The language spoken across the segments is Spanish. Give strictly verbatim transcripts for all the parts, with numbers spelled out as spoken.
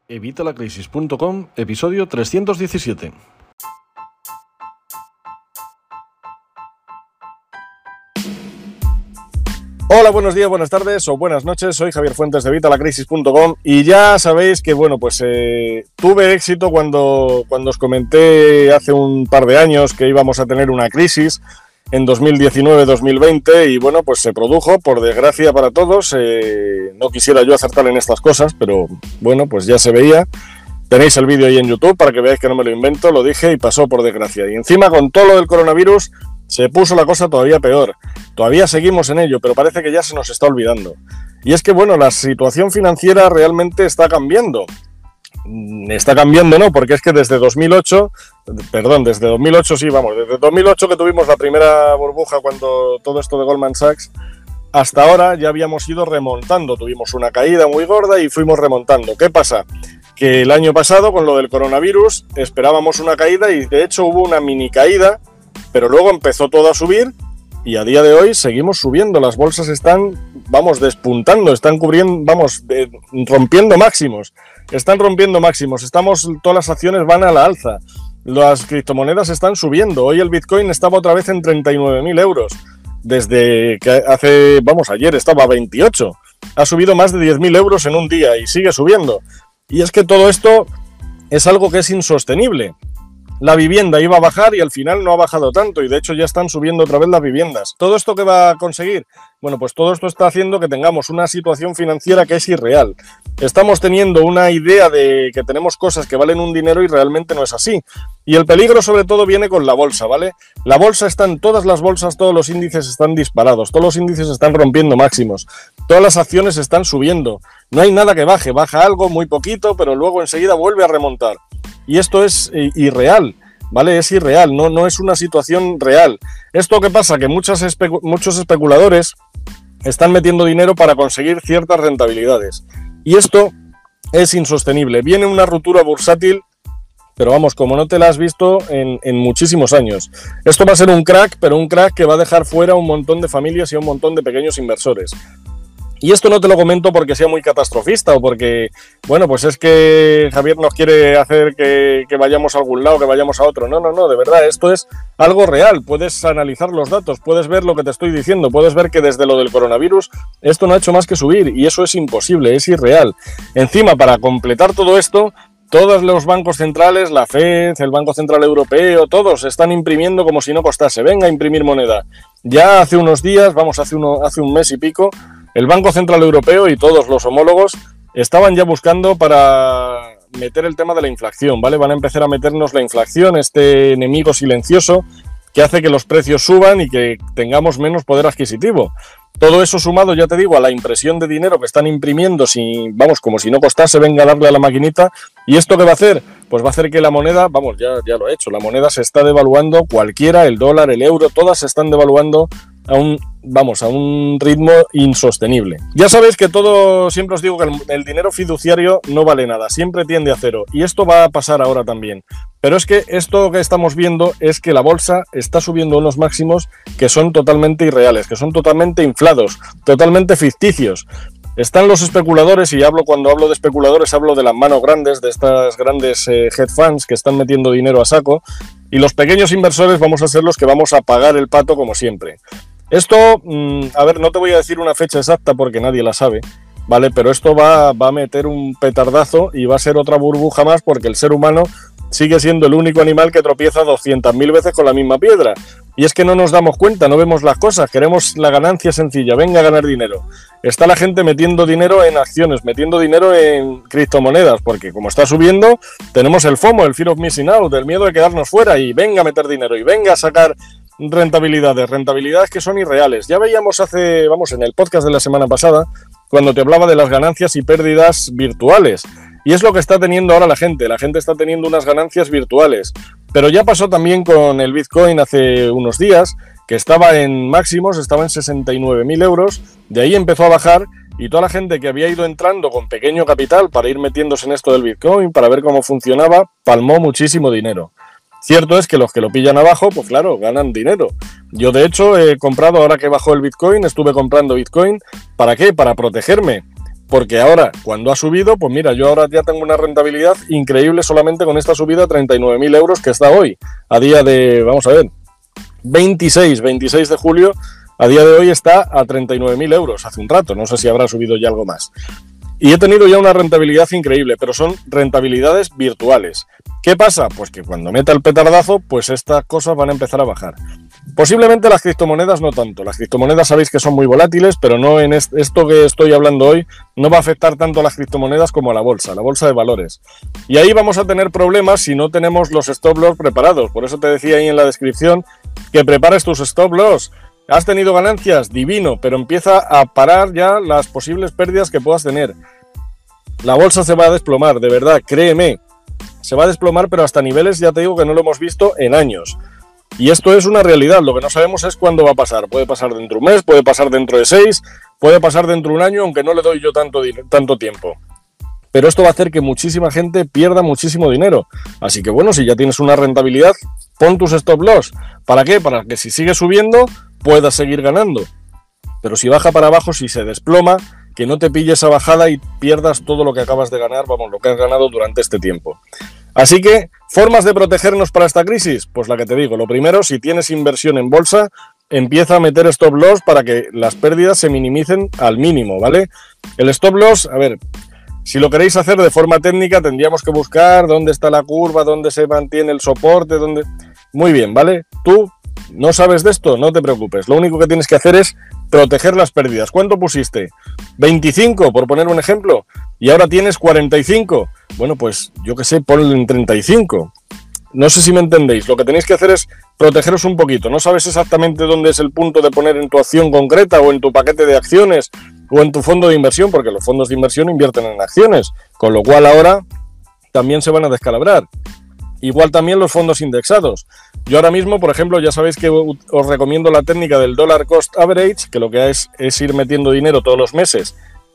Evitalacrisis punto com, episodio trescientos diecisiete. Hola, buenos días, buenas tardes o buenas noches, soy Javier Fuentes de Evitalacrisis punto com y ya sabéis que, bueno, pues eh, tuve éxito cuando, cuando os comenté hace un par de años que íbamos a tener una crisis en dos mil diecinueve dos mil veinte y, bueno, pues se produjo, por desgracia para todos. Eh, no quisiera yo acertar en estas cosas, pero, bueno, pues ya se veía. Tenéis el vídeo ahí en YouTube para que veáis que no me lo invento, lo dije y pasó por desgracia. Y encima con todo lo del coronavirus se puso la cosa todavía peor. Todavía seguimos en ello, pero parece que ya se nos está olvidando. Y es que, bueno, la situación financiera realmente está cambiando. Está cambiando, ¿no? Porque es que desde dos mil ocho, perdón, desde dos mil ocho sí, vamos, desde dos mil ocho que tuvimos la primera burbuja cuando todo esto de Goldman Sachs, hasta ahora ya habíamos ido remontando. Tuvimos una caída muy gorda y fuimos remontando. ¿Qué pasa? Que el año pasado, con lo del coronavirus, esperábamos una caída y de hecho hubo una mini caída, pero luego empezó todo a subir y a día de hoy seguimos subiendo. Las bolsas están, vamos, despuntando, están cubriendo, vamos, de, rompiendo máximos. Están rompiendo máximos, estamos, todas las acciones van a la alza. Las criptomonedas están subiendo. Hoy el Bitcoin estaba otra vez en treinta y nueve mil euros. Desde que hace, vamos, ayer estaba a veintiocho. Ha subido más de diez mil euros en un día y sigue subiendo. Y es que todo esto es algo que es insostenible. La vivienda iba a bajar y al final no ha bajado tanto y de hecho ya están subiendo otra vez las viviendas. ¿Todo esto qué va a conseguir? Bueno, pues todo esto está haciendo que tengamos una situación financiera que es irreal. Estamos teniendo una idea de que tenemos cosas que valen un dinero y realmente no es así. Y el peligro sobre todo viene con la bolsa, ¿vale? La bolsa están, todas las bolsas, todos los índices están disparados, todos los índices están rompiendo máximos, todas las acciones están subiendo. No hay nada que baje, baja algo muy poquito, pero luego enseguida vuelve a remontar. Y esto es irreal, ¿vale? Es irreal, no, no es una situación real. ¿Esto qué pasa? Que muchas especu- muchos especuladores están metiendo dinero para conseguir ciertas rentabilidades. Y esto es insostenible. Viene una ruptura bursátil, pero vamos, como no te la has visto en, en muchísimos años. Esto va a ser un crack, pero un crack que va a dejar fuera a un montón de familias y a un montón de pequeños inversores. Y esto no te lo comento porque sea muy catastrofista o porque, bueno, pues es que Javier nos quiere hacer que, que vayamos a algún lado, que vayamos a otro. No, no, no, de verdad, esto es algo real. Puedes analizar los datos, puedes ver lo que te estoy diciendo, puedes ver que desde lo del coronavirus esto no ha hecho más que subir y eso es imposible, es irreal. Encima, para completar todo esto, todos los bancos centrales, la Fed, el Banco Central Europeo, todos están imprimiendo como si no costase. Venga a imprimir moneda. Ya hace unos días, vamos, hace, uno, hace un mes y pico, el Banco Central Europeo y todos los homólogos estaban ya buscando para meter el tema de la inflación, ¿vale? Van a empezar a meternos la inflación, este enemigo silencioso que hace que los precios suban y que tengamos menos poder adquisitivo. Todo eso sumado, ya te digo, a la impresión de dinero que están imprimiendo, si, vamos, como si no costase, venga a darle a la maquinita. ¿Y esto qué va a hacer? Pues va a hacer que la moneda, vamos, ya, ya lo ha hecho, la moneda se está devaluando, cualquiera, el dólar, el euro, todas se están devaluando a un, vamos, a un ritmo insostenible. Ya sabéis que todo, siempre os digo que el, el dinero fiduciario no vale nada, siempre tiende a cero, y esto va a pasar ahora también. Pero es que esto que estamos viendo es que la bolsa está subiendo unos máximos que son totalmente irreales, que son totalmente inflados, totalmente ficticios. Están los especuladores, y hablo cuando hablo de especuladores, hablo de las manos grandes, de estas grandes eh, hedge funds que están metiendo dinero a saco, y los pequeños inversores vamos a ser los que vamos a pagar el pato como siempre. Esto, mmm, a ver, no te voy a decir una fecha exacta porque nadie la sabe, ¿vale? Pero esto va, va a meter un petardazo y va a ser otra burbuja más porque el ser humano sigue siendo el único animal que tropieza doscientas mil veces con la misma piedra. Y es que no nos damos cuenta, no vemos las cosas, queremos la ganancia sencilla, venga a ganar dinero. Está la gente metiendo dinero en acciones, metiendo dinero en criptomonedas, porque como está subiendo, tenemos el FOMO, el Fear of Missing Out, el miedo de quedarnos fuera y venga a meter dinero y venga a sacar rentabilidades, rentabilidades que son irreales. Ya veíamos hace, vamos, en el podcast de la semana pasada, cuando te hablaba de las ganancias y pérdidas virtuales. Y es lo que está teniendo ahora la gente, la gente está teniendo unas ganancias virtuales. Pero ya pasó también con el Bitcoin hace unos días, que estaba en máximos, estaba en sesenta y nueve mil euros, de ahí empezó a bajar y toda la gente que había ido entrando con pequeño capital para ir metiéndose en esto del Bitcoin, para ver cómo funcionaba, palmó muchísimo dinero. Cierto es que los que lo pillan abajo, pues claro, ganan dinero. Yo de hecho he comprado, ahora que bajó el Bitcoin, estuve comprando Bitcoin, ¿para qué? Para protegerme. porque ahora, cuando ha subido, pues mira, yo ahora ya tengo una rentabilidad increíble solamente con esta subida a treinta y nueve mil euros que está hoy, a día de, vamos a ver, veintiséis de julio, a día de hoy está a treinta y nueve mil euros, hace un rato, no sé si habrá subido ya algo más. Y he tenido ya una rentabilidad increíble, pero son rentabilidades virtuales. ¿Qué pasa? Pues que cuando meta el petardazo, pues estas cosas van a empezar a bajar. Posiblemente las criptomonedas no tanto. Las criptomonedas sabéis que son muy volátiles, pero no en esto que estoy hablando hoy no va a afectar tanto a las criptomonedas como a la bolsa, la bolsa de valores. Y ahí vamos a tener problemas si no tenemos los stop loss preparados. Por eso te decía ahí en la descripción que prepares tus stop loss. ¿Has tenido ganancias? Divino, pero empieza a parar ya las posibles pérdidas que puedas tener. La bolsa se va a desplomar, de verdad, créeme. Se va a desplomar, pero hasta niveles, ya te digo, que no lo hemos visto en años. Y esto es una realidad, lo que no sabemos es cuándo va a pasar. Puede pasar dentro de un mes, puede pasar dentro de seis, puede pasar dentro de un año, aunque no le doy yo tanto, tanto tiempo. Pero esto va a hacer que muchísima gente pierda muchísimo dinero. Así que bueno, si ya tienes una rentabilidad, pon tus stop loss. ¿Para qué? Para que si sigue subiendo, puedas seguir ganando. Pero si baja para abajo, si se desploma, que no te pille esa bajada y pierdas todo lo que acabas de ganar, vamos, lo que has ganado durante este tiempo. Así que, ¿formas de protegernos para esta crisis? Pues la que te digo, lo primero, si tienes inversión en bolsa, empieza a meter stop loss para que las pérdidas se minimicen al mínimo, ¿vale? El stop loss, a ver, si lo queréis hacer de forma técnica, tendríamos que buscar dónde está la curva, dónde se mantiene el soporte, dónde... Muy bien, ¿vale? Tú no sabes de esto, no te preocupes. Lo único que tienes que hacer es proteger las pérdidas. ¿Cuánto pusiste? veinticinco, por poner un ejemplo. Y ahora tienes cuarenta y cinco. Bueno, pues yo qué sé, ponle en treinta y cinco. No sé si me entendéis. Lo que tenéis que hacer es protegeros un poquito. No sabes exactamente dónde es el punto de poner en tu acción concreta o en tu paquete de acciones o en tu fondo de inversión, porque los fondos de inversión invierten en acciones, con lo cual ahora también se van a descalabrar. Igual también los fondos indexados. Yo ahora mismo, por ejemplo, ya sabéis que os recomiendo la técnica del dollar cost average, que lo que es es ir metiendo dinero todos los meses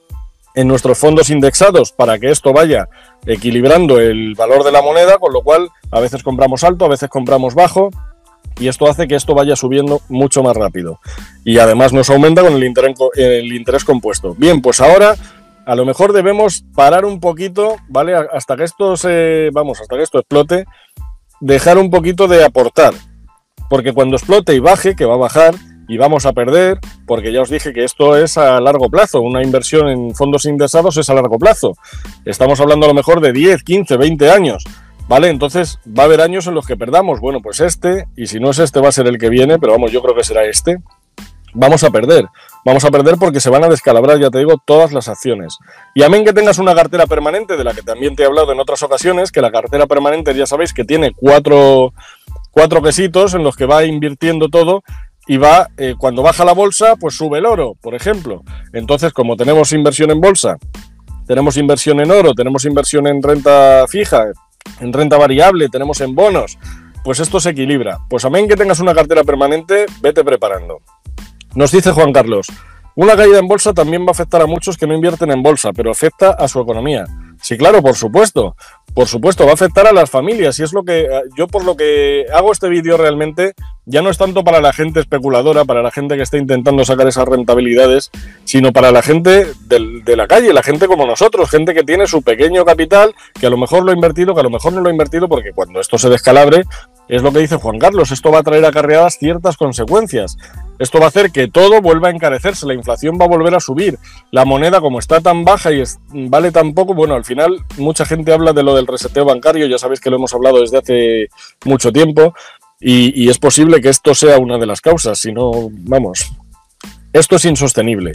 en nuestros fondos indexados para que esto vaya equilibrando el valor de la moneda, con lo cual a veces compramos alto, a veces compramos bajo, y esto hace que esto vaya subiendo mucho más rápido. Y además nos aumenta con el interés, el interés compuesto. Bien, pues ahora a lo mejor debemos parar un poquito, ¿vale? Hasta que esto se, vamos, hasta que esto explote, dejar un poquito de aportar. Porque cuando explote y baje, que va a bajar, y vamos a perder, porque ya os dije que esto es a largo plazo, una inversión en fondos indexados es a largo plazo. Estamos hablando a lo mejor de diez, quince, veinte años, ¿vale? Entonces va a haber años en los que perdamos. Bueno, pues este, y si no es este va a ser el que viene, pero vamos, yo creo que será este. Vamos a perder, vamos a perder porque se van a descalabrar, ya te digo, todas las acciones. Y amén que tengas una cartera permanente, de la que también te he hablado en otras ocasiones, que la cartera permanente ya sabéis que tiene cuatro, cuatro quesitos en los que va invirtiendo todo y va, eh, cuando baja la bolsa, pues sube el oro, por ejemplo. Entonces, como tenemos inversión en bolsa, tenemos inversión en oro, tenemos inversión en renta fija, en renta variable, tenemos en bonos, pues esto se equilibra. Pues amén que tengas una cartera permanente, vete preparando. Nos dice Juan Carlos, una caída en bolsa también va a afectar a muchos que no invierten en bolsa, pero afecta a su economía. Sí, claro, por supuesto, por supuesto, va a afectar a las familias y es lo que yo por lo que hago este vídeo realmente, ya no es tanto para la gente especuladora, para la gente que está intentando sacar esas rentabilidades, sino para la gente de, de la calle, la gente como nosotros, gente que tiene su pequeño capital, que a lo mejor lo ha invertido, que a lo mejor no lo ha invertido, porque cuando esto se descalabre, es lo que dice Juan Carlos, esto va a traer acarreadas ciertas consecuencias. Esto va a hacer que todo vuelva a encarecerse, la inflación va a volver a subir, la moneda como está tan baja y es, vale tan poco, bueno, al final mucha gente habla de lo del reseteo bancario, ya sabéis que lo hemos hablado desde hace mucho tiempo y, y es posible que esto sea una de las causas, si no, vamos, esto es insostenible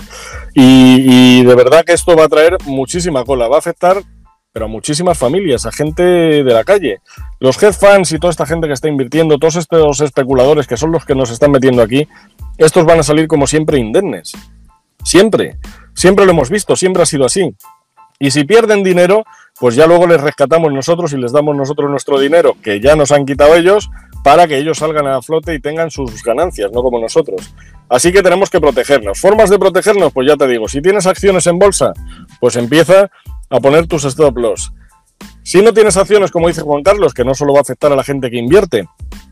y, y de verdad que esto va a traer muchísima cola, va a afectar pero a muchísimas familias, a gente de la calle. Los hedge funds y toda esta gente que está invirtiendo, todos estos especuladores que son los que nos están metiendo aquí, estos van a salir como siempre indemnes. Siempre. Siempre lo hemos visto, siempre ha sido así. Y si pierden dinero, pues ya luego les rescatamos nosotros y les damos nosotros nuestro dinero, que ya nos han quitado ellos, para que ellos salgan a flote y tengan sus ganancias, no como nosotros. Así que tenemos que protegernos. ¿Formas de protegernos? Pues ya te digo, si tienes acciones en bolsa, pues empieza a poner tus stop loss. Si no tienes acciones, como dice Juan Carlos, que no solo va a afectar a la gente que invierte,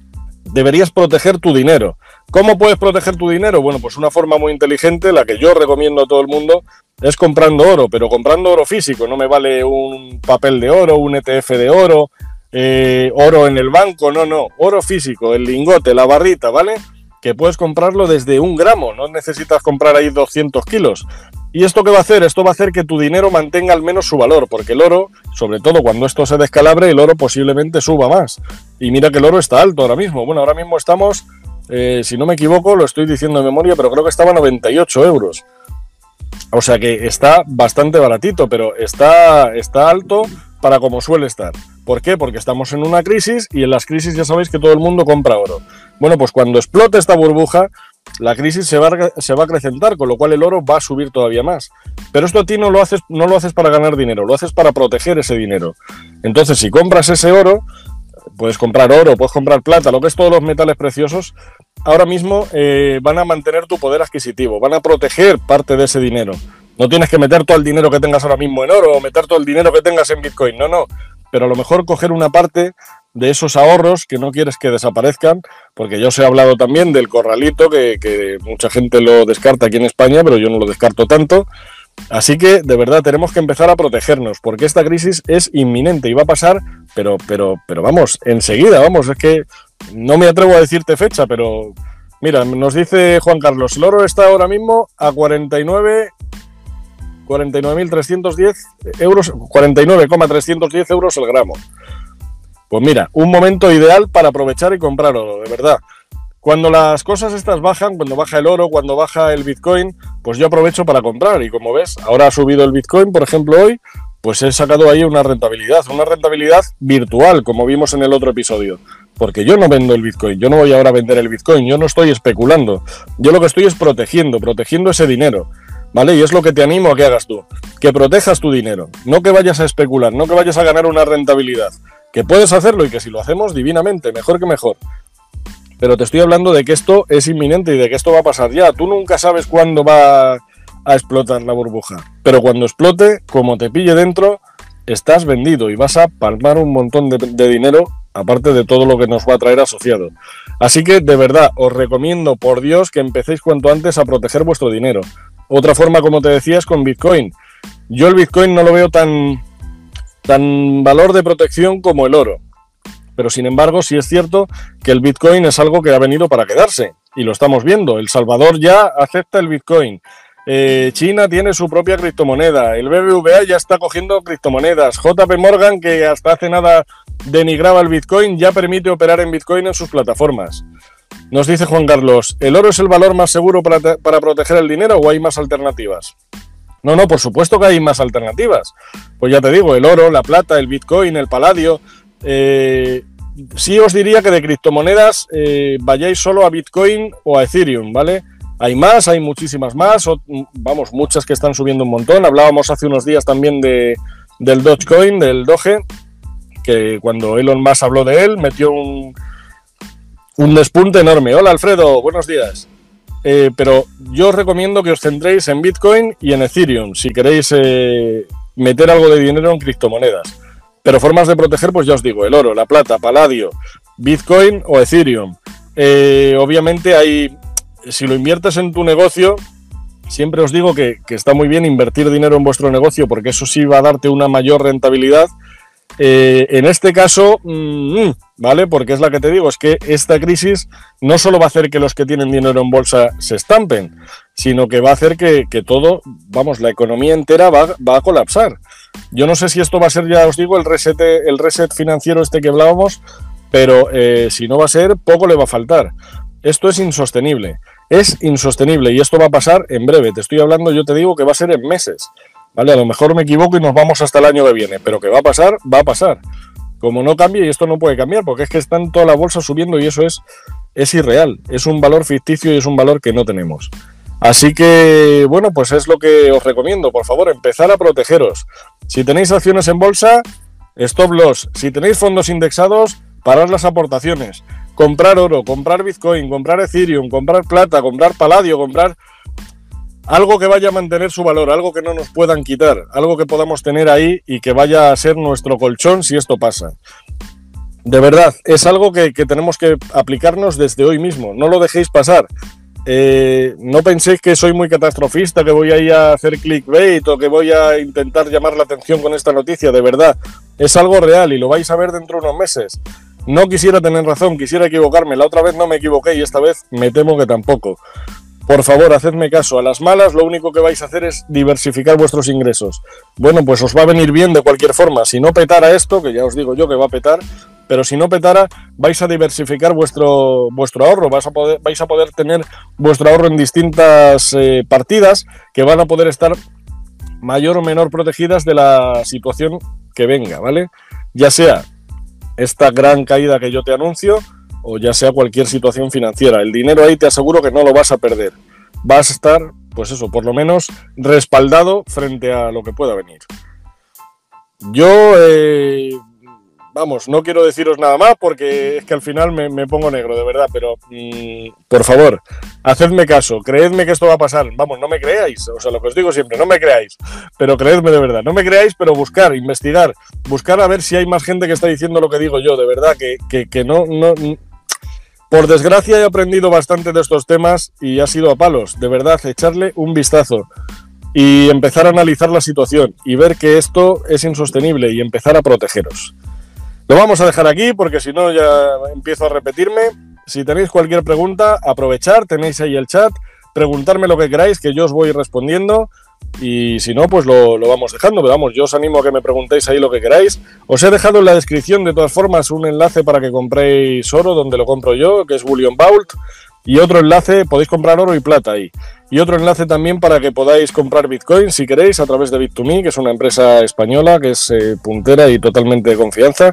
deberías proteger tu dinero. ¿Cómo puedes proteger tu dinero? Bueno, pues una forma muy inteligente, la que yo recomiendo a todo el mundo, es comprando oro, pero comprando oro físico. No me vale un papel de oro, un E T F de oro, eh, oro en el banco, no, no, oro físico, el lingote, la barrita, ¿vale? Que puedes comprarlo desde un gramo, no necesitas comprar ahí doscientos kilos. ¿Y esto qué va a hacer? Esto va a hacer que tu dinero mantenga al menos su valor, porque el oro, sobre todo cuando esto se descalabre, el oro posiblemente suba más. Y mira que el oro está alto ahora mismo. Bueno, ahora mismo estamos, eh, si no me equivoco, lo estoy diciendo de memoria, pero creo que estaba a noventa y ocho euros. O sea que está bastante baratito, pero está, está alto para como suele estar. ¿Por qué? Porque estamos en una crisis y en las crisis ya sabéis que todo el mundo compra oro. Bueno, pues cuando explote esta burbuja, la crisis se va, a, se va a acrecentar, con lo cual el oro va a subir todavía más. Pero esto a ti no lo haces, no lo haces para ganar dinero, lo haces para proteger ese dinero. Entonces, si compras ese oro, puedes comprar oro, puedes comprar plata, lo que es todos los metales preciosos, ahora mismo eh, van a mantener tu poder adquisitivo, van a proteger parte de ese dinero. No tienes que meter todo el dinero que tengas ahora mismo en oro o meter todo el dinero que tengas en Bitcoin, no, no. Pero a lo mejor coger una parte de esos ahorros que no quieres que desaparezcan, porque yo os he hablado también del corralito, que, que mucha gente lo descarta aquí en España, pero yo no lo descarto tanto. Así que, de verdad, tenemos que empezar a protegernos, porque esta crisis es inminente y va a pasar, pero, pero, pero vamos, enseguida, vamos, es que no me atrevo a decirte fecha, pero mira, nos dice Juan Carlos, el oro está ahora mismo a cuarenta y nueve mil trescientos diez euros, cuarenta y nueve coma trescientos diez euros el gramo. Pues mira, un momento ideal para aprovechar y comprar oro, de verdad. Cuando las cosas estas bajan, cuando baja el oro, cuando baja el Bitcoin, pues yo aprovecho para comprar. Y como ves, ahora ha subido el Bitcoin, por ejemplo, hoy, pues he sacado ahí una rentabilidad, una rentabilidad virtual, como vimos en el otro episodio. Porque yo no vendo el Bitcoin, yo no voy ahora a vender el Bitcoin, yo no estoy especulando. Yo lo que estoy es protegiendo, protegiendo ese dinero, ¿vale? Y es lo que te animo a que hagas tú, que protejas tu dinero, no que vayas a especular, no que vayas a ganar una rentabilidad. Que puedes hacerlo y que si lo hacemos, divinamente, mejor que mejor. Pero te estoy hablando de que esto es inminente y de que esto va a pasar ya. Tú nunca sabes cuándo va a explotar la burbuja. Pero cuando explote, como te pille dentro, estás vendido y vas a palmar un montón de, de dinero, aparte de todo lo que nos va a traer asociado. Así que, de verdad, os recomiendo, por Dios, que empecéis cuanto antes a proteger vuestro dinero. Otra forma, como te decía, es con Bitcoin. Yo el Bitcoin no lo veo tan... tan valor de protección como el oro. Pero sin embargo, sí es cierto que el Bitcoin es algo que ha venido para quedarse. Y lo estamos viendo. El Salvador ya acepta el Bitcoin. Eh, China tiene su propia criptomoneda. El B B V A ya está cogiendo criptomonedas. J P Morgan, que hasta hace nada denigraba el Bitcoin, ya permite operar en Bitcoin en sus plataformas. Nos dice Juan Carlos, ¿el oro es el valor más seguro para, para proteger el dinero o hay más alternativas? No, no, por supuesto que hay más alternativas. Pues ya te digo, el oro, la plata, el Bitcoin, el paladio. Eh, sí os diría que de criptomonedas eh, vayáis solo a Bitcoin o a Ethereum, ¿vale? Hay más, hay muchísimas más, o, vamos, muchas que están subiendo un montón. Hablábamos hace unos días también de, del Dogecoin, del Doge, que cuando Elon Musk habló de él, metió un, un despunte enorme. Hola Alfredo, buenos días. Eh, pero yo os recomiendo que os centréis en Bitcoin y en Ethereum si queréis eh, meter algo de dinero en criptomonedas. Pero formas de proteger, pues ya os digo, el oro, la plata, paladio, Bitcoin o Ethereum. Eh, obviamente hay, si lo inviertes en tu negocio, siempre os digo que, que está muy bien invertir dinero en vuestro negocio porque eso sí va a darte una mayor rentabilidad. Eh, en este caso, mmm, ¿vale? Porque es la que te digo, es que esta crisis no solo va a hacer que los que tienen dinero en bolsa se estampen, sino que va a hacer que, que todo, vamos, la economía entera va, va a colapsar. Yo no sé si esto va a ser, ya os digo, el reset, el reset financiero este que hablábamos, pero eh, si no va a ser, poco le va a faltar. Esto es insostenible, es insostenible y esto va a pasar en breve. Te estoy hablando, yo te digo que va a ser en meses. Vale, a lo mejor me equivoco y nos vamos hasta el año que viene, pero que va a pasar, va a pasar. Como no cambie, y esto no puede cambiar, porque es que están toda la bolsa subiendo y eso es, es irreal. Es un valor ficticio y es un valor que no tenemos. Así que, bueno, pues es lo que os recomiendo. Por favor, empezar a protegeros. Si tenéis acciones en bolsa, stop loss. Si tenéis fondos indexados, parad las aportaciones. Comprar oro, comprar Bitcoin, comprar Ethereum, comprar plata, comprar paladio, comprar... algo que vaya a mantener su valor, algo que no nos puedan quitar, algo que podamos tener ahí y que vaya a ser nuestro colchón si esto pasa. De verdad, es algo que, que tenemos que aplicarnos desde hoy mismo. No lo dejéis pasar. Eh, no penséis que soy muy catastrofista, que voy a ir a hacer clickbait o que voy a intentar llamar la atención con esta noticia. De verdad, es algo real y lo vais a ver dentro de unos meses. No quisiera tener razón, quisiera equivocarme. La otra vez no me equivoqué y esta vez me temo que tampoco. Por favor, hacedme caso. A las malas lo único que vais a hacer es diversificar vuestros ingresos. Bueno, pues os va a venir bien de cualquier forma. Si no petara esto, que ya os digo yo que va a petar, pero si no petara, vais a diversificar vuestro, vuestro ahorro. Vais a, poder, vais a poder tener vuestro ahorro en distintas eh, partidas que van a poder estar mayor o menor protegidas de la situación que venga, ¿vale? Ya sea esta gran caída que yo te anuncio, o ya sea cualquier situación financiera. El dinero ahí te aseguro que no lo vas a perder. Vas a estar, pues eso, por lo menos respaldado frente a lo que pueda venir. Yo, eh, vamos, no quiero deciros nada más porque es que al final me, me pongo negro, de verdad, pero mmm, por favor, hacedme caso, creedme que esto va a pasar. Vamos, no me creáis, o sea, lo que os digo siempre, no me creáis, pero creedme de verdad, no me creáis, pero buscar, investigar, buscar a ver si hay más gente que está diciendo lo que digo yo, de verdad, que, que, que no... no Por desgracia he aprendido bastante de estos temas y ha sido a palos. De verdad, echarle un vistazo y empezar a analizar la situación y ver que esto es insostenible y empezar a protegeros. Lo vamos a dejar aquí porque si no ya empiezo a repetirme. Si tenéis cualquier pregunta, aprovechar, tenéis ahí el chat, preguntarme lo que queráis que yo os voy respondiendo. Y si no, pues lo, lo vamos dejando, pero vamos, yo os animo a que me preguntéis ahí lo que queráis. Os he dejado en la descripción, de todas formas, un enlace para que compréis oro, donde lo compro yo, que es Bullion Vault, y otro enlace, podéis comprar oro y plata ahí. Y otro enlace también para que podáis comprar Bitcoin, si queréis, a través de Bit to Me, que es una empresa española, que es eh, puntera y totalmente de confianza.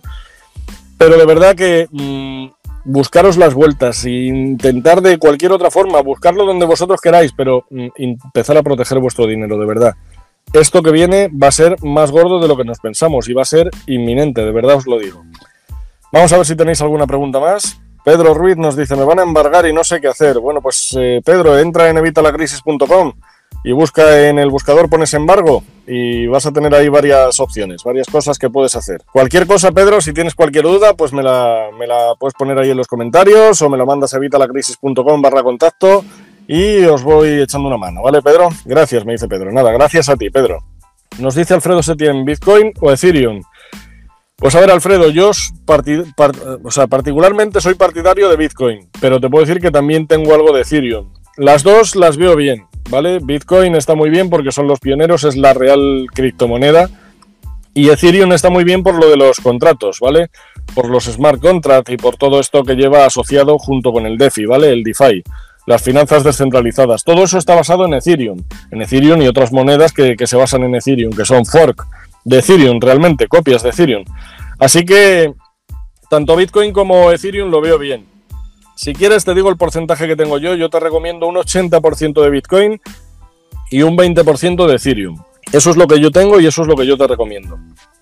Pero de verdad que... Mmm, buscaros las vueltas e intentar de cualquier otra forma, buscarlo donde vosotros queráis, pero mm, empezar a proteger vuestro dinero, de verdad. Esto que viene va a ser más gordo de lo que nos pensamos y va a ser inminente, de verdad os lo digo. Vamos a ver si tenéis alguna pregunta más. Pedro Ruiz nos dice, me van a embargar y no sé qué hacer. Bueno, pues eh, Pedro, entra en evita la crisis punto com y busca en el buscador, pones embargo y vas a tener ahí varias opciones, varias cosas que puedes hacer. Cualquier cosa, Pedro, si tienes cualquier duda, pues me la, me la puedes poner ahí en los comentarios o me lo mandas a evita la crisis punto com barra contacto y os voy echando una mano, ¿vale, Pedro? Gracias, me dice Pedro. Nada, gracias a ti, Pedro. Nos dice Alfredo Setién, ¿Bitcoin o Ethereum? Pues a ver, Alfredo, yo part- part- o sea, particularmente soy partidario de Bitcoin, pero te puedo decir que también tengo algo de Ethereum. Las dos las veo bien, ¿vale? Bitcoin está muy bien porque son los pioneros, es la real criptomoneda. Y Ethereum está muy bien por lo de los contratos, ¿vale? Por los smart contracts y por todo esto que lleva asociado junto con el DeFi, ¿vale? El DeFi, las finanzas descentralizadas. Todo eso está basado en Ethereum. En Ethereum y otras monedas que, que se basan en Ethereum, que son fork de Ethereum, realmente, copias de Ethereum. Así que tanto Bitcoin como Ethereum lo veo bien. Si quieres te digo el porcentaje que tengo yo. Yo te recomiendo un ochenta por ciento de Bitcoin y un veinte por ciento de Ethereum. Eso es lo que yo tengo y eso es lo que yo te recomiendo.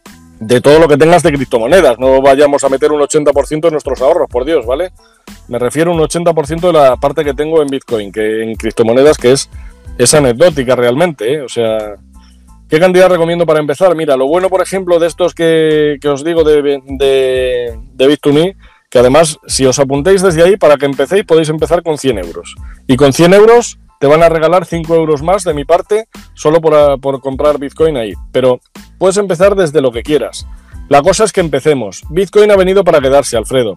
De todo lo que tengas de criptomonedas. No vayamos a meter un ochenta por ciento de nuestros ahorros, por Dios, ¿vale? Me refiero a un ochenta por ciento de la parte que tengo en Bitcoin, que en criptomonedas, que es, es anecdótica realmente, ¿eh? O sea, ¿qué cantidad recomiendo para empezar? Mira, lo bueno, por ejemplo, de estos que, que os digo de, de, de Bit to Me, que además, si os apuntéis desde ahí, para que empecéis, podéis empezar con cien euros. Y con cien euros te van a regalar cinco euros más de mi parte, solo por, por comprar Bitcoin ahí. Pero puedes empezar desde lo que quieras. La cosa es que empecemos. Bitcoin ha venido para quedarse, Alfredo.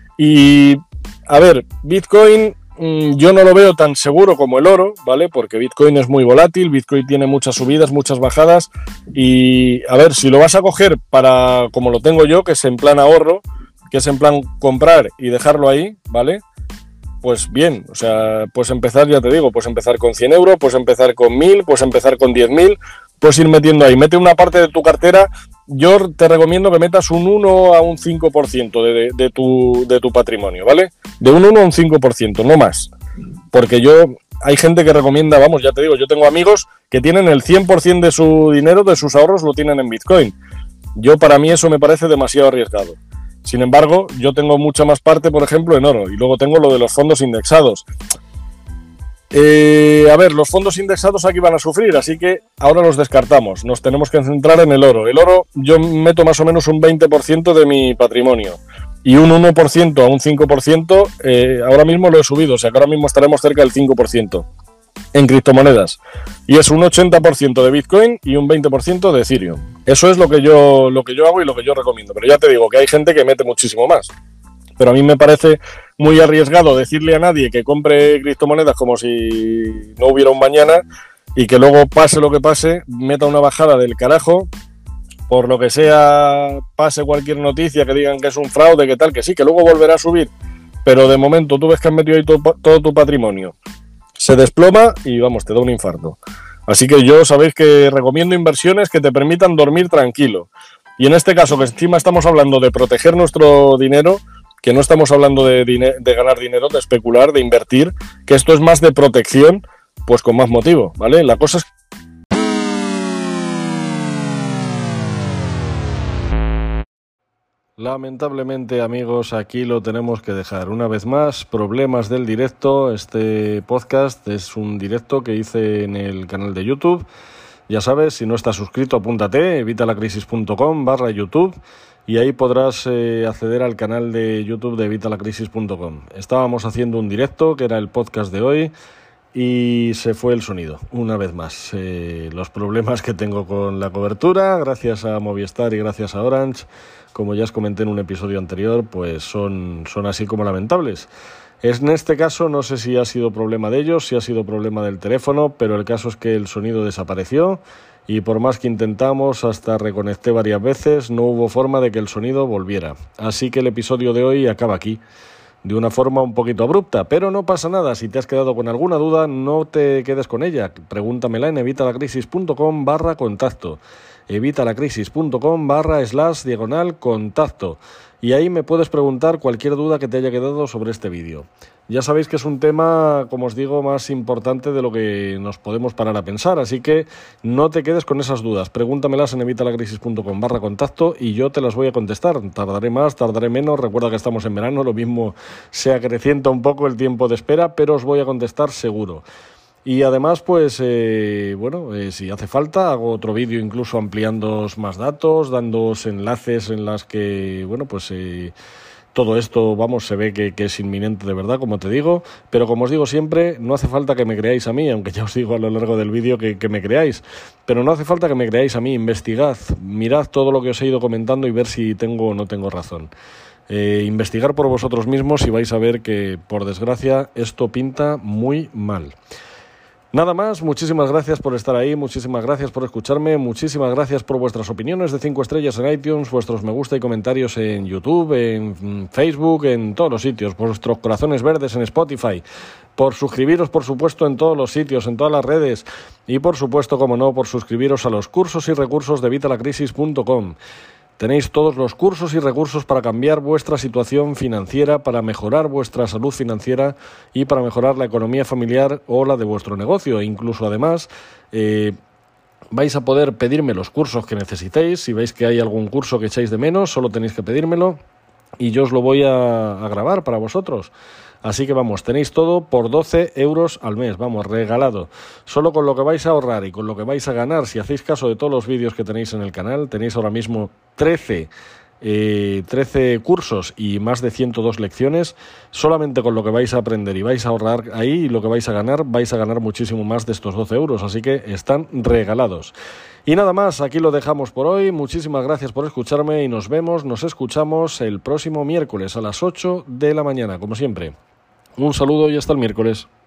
Y, a ver, Bitcoin mmm, yo no lo veo tan seguro como el oro, ¿vale? Porque Bitcoin es muy volátil, Bitcoin tiene muchas subidas, muchas bajadas. Y, a ver, si lo vas a coger para, como lo tengo yo, que es en plan ahorro, que es en plan comprar y dejarlo ahí, ¿vale? Pues bien, o sea, puedes empezar, ya te digo, puedes empezar con cien euros, puedes empezar con mil, puedes empezar con diez mil, puedes ir metiendo ahí, mete una parte de tu cartera. Yo te recomiendo que metas un uno a un cinco por ciento de, de, de, tu, de tu patrimonio, ¿vale? De un uno a un cinco por ciento, no más. Porque yo, hay gente que recomienda, vamos, ya te digo, yo tengo amigos que tienen el cien por ciento de su dinero, de sus ahorros, lo tienen en Bitcoin. Yo, para mí, eso me parece demasiado arriesgado. Sin embargo, yo tengo mucha más parte, por ejemplo, en oro. Y luego tengo lo de los fondos indexados. Eh, a ver, los fondos indexados aquí van a sufrir, así que ahora los descartamos. Nos tenemos que centrar en el oro. El oro yo meto más o menos un veinte por ciento de mi patrimonio. y un uno por ciento a un cinco por ciento, eh, ahora mismo lo he subido, o sea que ahora mismo estaremos cerca del cinco por ciento en criptomonedas. Y es un ochenta por ciento de Bitcoin y un veinte por ciento de Ethereum. Eso es lo que yo, lo que yo hago y lo que yo recomiendo. Pero ya te digo que hay gente que mete muchísimo más. Pero a mí me parece muy arriesgado decirle a nadie que compre criptomonedas como si no hubiera un mañana y que luego pase lo que pase, meta una bajada del carajo, por lo que sea, pase cualquier noticia que digan que es un fraude, que tal, que sí, que luego volverá a subir. Pero de momento tú ves que has metido ahí todo, todo tu patrimonio, se desploma y vamos, te da un infarto. Así que yo sabéis que recomiendo inversiones que te permitan dormir tranquilo. Y en este caso, que encima estamos hablando de proteger nuestro dinero, que no estamos hablando de, dine- de ganar dinero, de especular, de invertir, que esto es más de protección, pues con más motivo, ¿vale? La cosa es Lamentablemente, amigos, aquí lo tenemos que dejar. Una vez más, problemas del directo. Este podcast es un directo que hice en el canal de YouTube. Ya sabes, si no estás suscrito, apúntate, evitalacrisis.com barra YouTube y ahí podrás eh, acceder al canal de YouTube de evitalacrisis punto com. Estábamos haciendo un directo, que era el podcast de hoy, y se fue el sonido, una vez más. Eh, los problemas que tengo con la cobertura, gracias a Movistar y gracias a Orange, como ya os comenté en un episodio anterior, pues son, son así como lamentables. En este caso no sé si ha sido problema de ellos, si ha sido problema del teléfono, pero el caso es que el sonido desapareció y por más que intentamos, hasta reconecté varias veces, no hubo forma de que el sonido volviera. Así que el episodio de hoy acaba aquí, de una forma un poquito abrupta, pero no pasa nada. Si te has quedado con alguna duda, no te quedes con ella, pregúntamela en evitalacrisis.com barra contacto, evitalacrisis.com barra slash diagonal contacto, y ahí me puedes preguntar cualquier duda que te haya quedado sobre este vídeo. Ya sabéis que es un tema, como os digo, más importante de lo que nos podemos parar a pensar, así que no te quedes con esas dudas, pregúntamelas en evitalacrisis.com barra contacto y yo te las voy a contestar. Tardaré más, tardaré menos, recuerda que estamos en verano, lo mismo se acrecienta un poco el tiempo de espera, pero os voy a contestar seguro. Y además, pues, eh, bueno, eh, si hace falta, hago otro vídeo incluso ampliando más datos, dándoos enlaces en las que, bueno, pues eh, todo esto, vamos, se ve que, que es inminente de verdad, como te digo, pero como os digo siempre, no hace falta que me creáis a mí, aunque ya os digo a lo largo del vídeo que, que me creáis, pero no hace falta que me creáis a mí, investigad, mirad todo lo que os he ido comentando y ver si tengo o no tengo razón. Eh, investigar por vosotros mismos y vais a ver que, por desgracia, esto pinta muy mal. Nada más, muchísimas gracias por estar ahí, muchísimas gracias por escucharme, muchísimas gracias por vuestras opiniones de cinco estrellas en iTunes, vuestros me gusta y comentarios en YouTube, en Facebook, en todos los sitios, vuestros corazones verdes en Spotify, por suscribiros, por supuesto, en todos los sitios, en todas las redes y, por supuesto, como no, por suscribiros a los cursos y recursos de evitalacrisis punto com. Tenéis todos los cursos y recursos para cambiar vuestra situación financiera, para mejorar vuestra salud financiera y para mejorar la economía familiar o la de vuestro negocio. E incluso, además, eh, vais a poder pedirme los cursos que necesitéis. Si veis que hay algún curso que echáis de menos, solo tenéis que pedírmelo y yo os lo voy a, a grabar para vosotros. Así que vamos, tenéis todo por doce euros al mes, vamos, regalado. Solo con lo que vais a ahorrar y con lo que vais a ganar, si hacéis caso de todos los vídeos que tenéis en el canal, tenéis ahora mismo trece, eh, trece cursos y más de ciento dos lecciones. Solamente con lo que vais a aprender y vais a ahorrar ahí y lo que vais a ganar, vais a ganar muchísimo más de estos doce euros, así que están regalados. Y nada más, aquí lo dejamos por hoy. Muchísimas gracias por escucharme y nos vemos, nos escuchamos el próximo miércoles a las ocho de la mañana, como siempre. Un saludo y hasta el miércoles.